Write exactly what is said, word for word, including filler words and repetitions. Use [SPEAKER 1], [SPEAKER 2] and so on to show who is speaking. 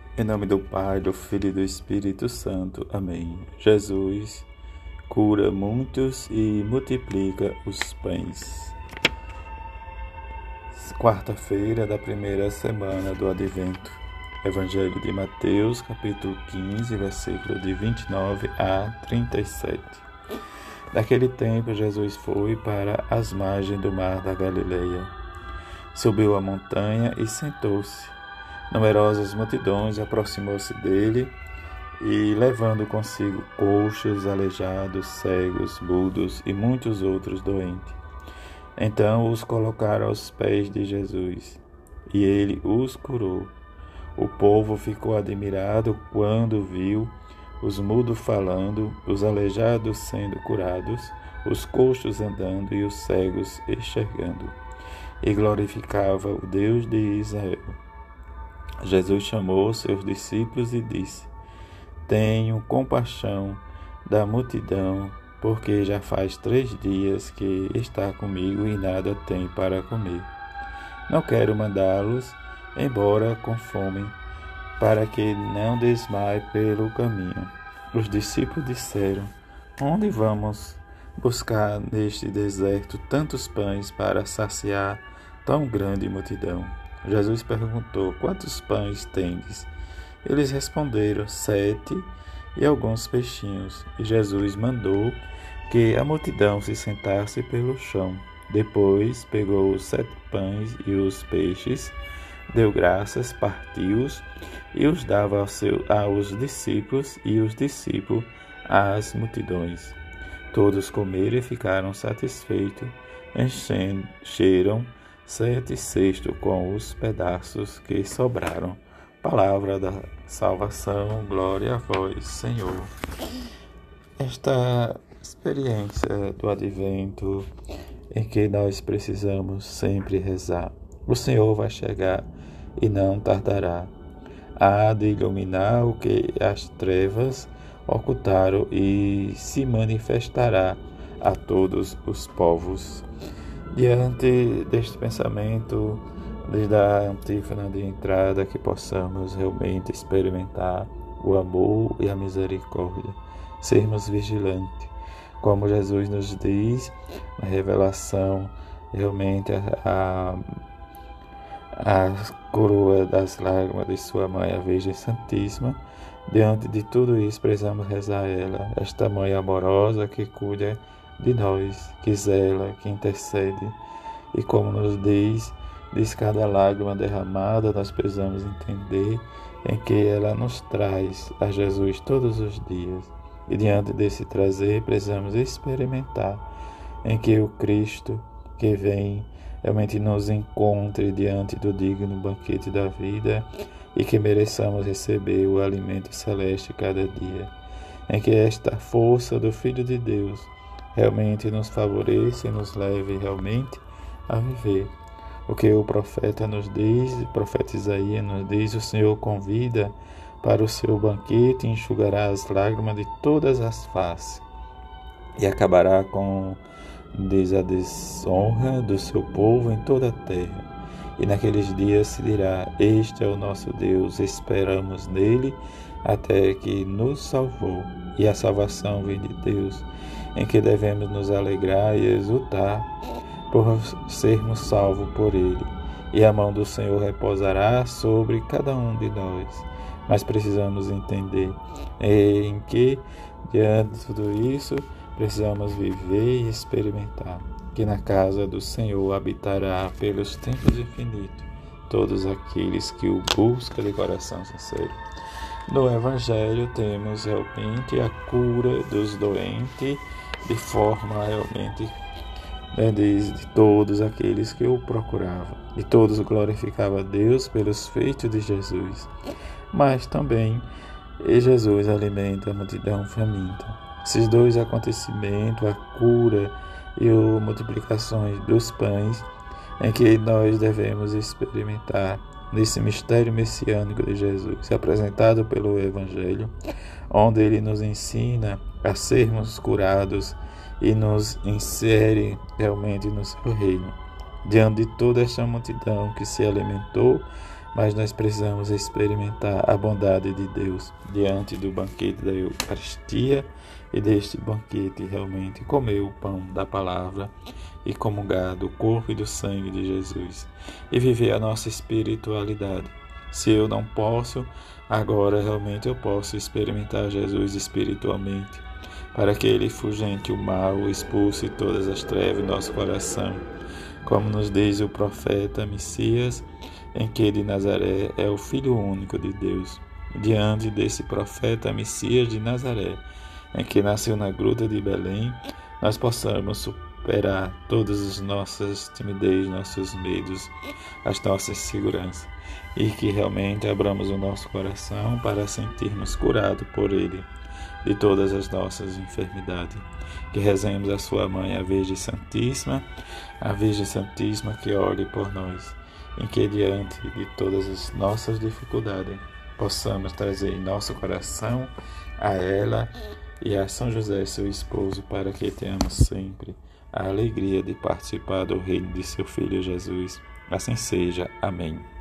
[SPEAKER 1] Em nome do Pai, do Filho e do Espírito Santo. Amém. Jesus cura muitos e multiplica os pães. Quarta-feira da primeira semana do Advento. Evangelho de Mateus, capítulo quinze, versículo de vinte e nove a trinta e sete. Naquele tempo, Jesus foi para as margens do mar da Galileia. Subiu a montanha e sentou-se. Numerosas multidões aproximou-se dele e, levando consigo coxos, aleijados, cegos, mudos e muitos outros doentes. Então os colocaram aos pés de Jesus, e ele os curou. O povo ficou admirado quando viu os mudos falando, os aleijados sendo curados, os coxos andando e os cegos enxergando, e glorificava o Deus de Israel. Jesus chamou seus discípulos e disse: Tenho compaixão da multidão, porque já faz três dias que está comigo e nada tem para comer. Não quero mandá-los embora com fome, para que não desmaie pelo caminho. Os discípulos disseram: Onde vamos buscar neste deserto tantos pães para saciar tão grande multidão? Jesus perguntou: Quantos pães tendes? Eles responderam: Sete e alguns peixinhos. E Jesus mandou que a multidão se sentasse pelo chão. Depois pegou os sete pães e os peixes, deu graças, partiu-os e os dava aos, seus, aos discípulos, e os discípulos às multidões. Todos comeram e ficaram satisfeitos, encheram sete cestos com os pedaços que sobraram. Palavra da salvação, glória a vós, Senhor. Esta experiência do Advento, em que nós precisamos sempre rezar. O Senhor vai chegar e não tardará. Há de iluminar o que as trevas ocultaram e se manifestará a todos os povos. Diante deste pensamento, desde a antífona de entrada, que possamos realmente experimentar o amor e a misericórdia, sermos vigilantes, como Jesus nos diz na revelação, realmente a, a, a coroa das lágrimas de sua mãe, a Virgem Santíssima. Diante de tudo isso, precisamos rezar a ela, esta mãe amorosa que cuida de nós, que zela, que intercede, e como nos diz, diz cada lágrima derramada, nós precisamos entender em que ela nos traz a Jesus todos os dias. E diante desse trazer, precisamos experimentar em que o Cristo que vem realmente nos encontre diante do digno banquete da vida, e que mereçamos receber o alimento celeste cada dia, em que esta força do Filho de Deus realmente nos favoreça e nos leve realmente a viver o que o profeta nos diz, o profeta Isaías nos diz: o Senhor convida para o seu banquete e enxugará as lágrimas de todas as faces, e acabará com diz, a desonra do seu povo em toda a terra. E naqueles dias se dirá: Este é o nosso Deus, esperamos nele até que nos salvou. E a salvação vem de Deus, em que devemos nos alegrar e exultar por sermos salvos por Ele. E a mão do Senhor repousará sobre cada um de nós. Mas precisamos entender em que, diante de tudo isso, precisamos viver e experimentar que na casa do Senhor habitará pelos tempos infinitos todos aqueles que o buscam de coração sincero. No Evangelho temos realmente a cura dos doentes de forma realmente né, de, de todos aqueles que o procuravam. E todos glorificavam a Deus pelos feitos de Jesus. Mas também Jesus alimenta a multidão faminta. Esses dois acontecimentos, a cura e a multiplicação dos pães, em que nós devemos experimentar nesse mistério messiânico de Jesus, apresentado pelo Evangelho, onde ele nos ensina a sermos curados e nos insere realmente no seu reino. Diante de toda esta multidão que se alimentou, mas nós precisamos experimentar a bondade de Deus diante do banquete da Eucaristia e deste banquete realmente comer o pão da palavra e comungar do corpo e do sangue de Jesus e viver a nossa espiritualidade. Se eu não posso, agora realmente eu posso experimentar Jesus espiritualmente, para que Ele fugente o mal, expulse todas as trevas em nosso coração, como nos diz o profeta Messias, em que de Nazaré é o Filho único de Deus. Diante desse profeta Messias de Nazaré, em que nasceu na gruta de Belém, nós possamos superar todas as nossas timidez, nossos medos, as nossas seguranças, e que realmente abramos o nosso coração para sentirmos curados por Ele de todas as nossas enfermidades. Que rezemos a sua mãe, a Virgem Santíssima, a Virgem Santíssima que olhe por nós, em que diante de todas as nossas dificuldades possamos trazer em nosso coração a ela e a São José, seu esposo, para que tenhamos sempre a alegria de participar do reino de seu Filho Jesus. Assim seja. Amém.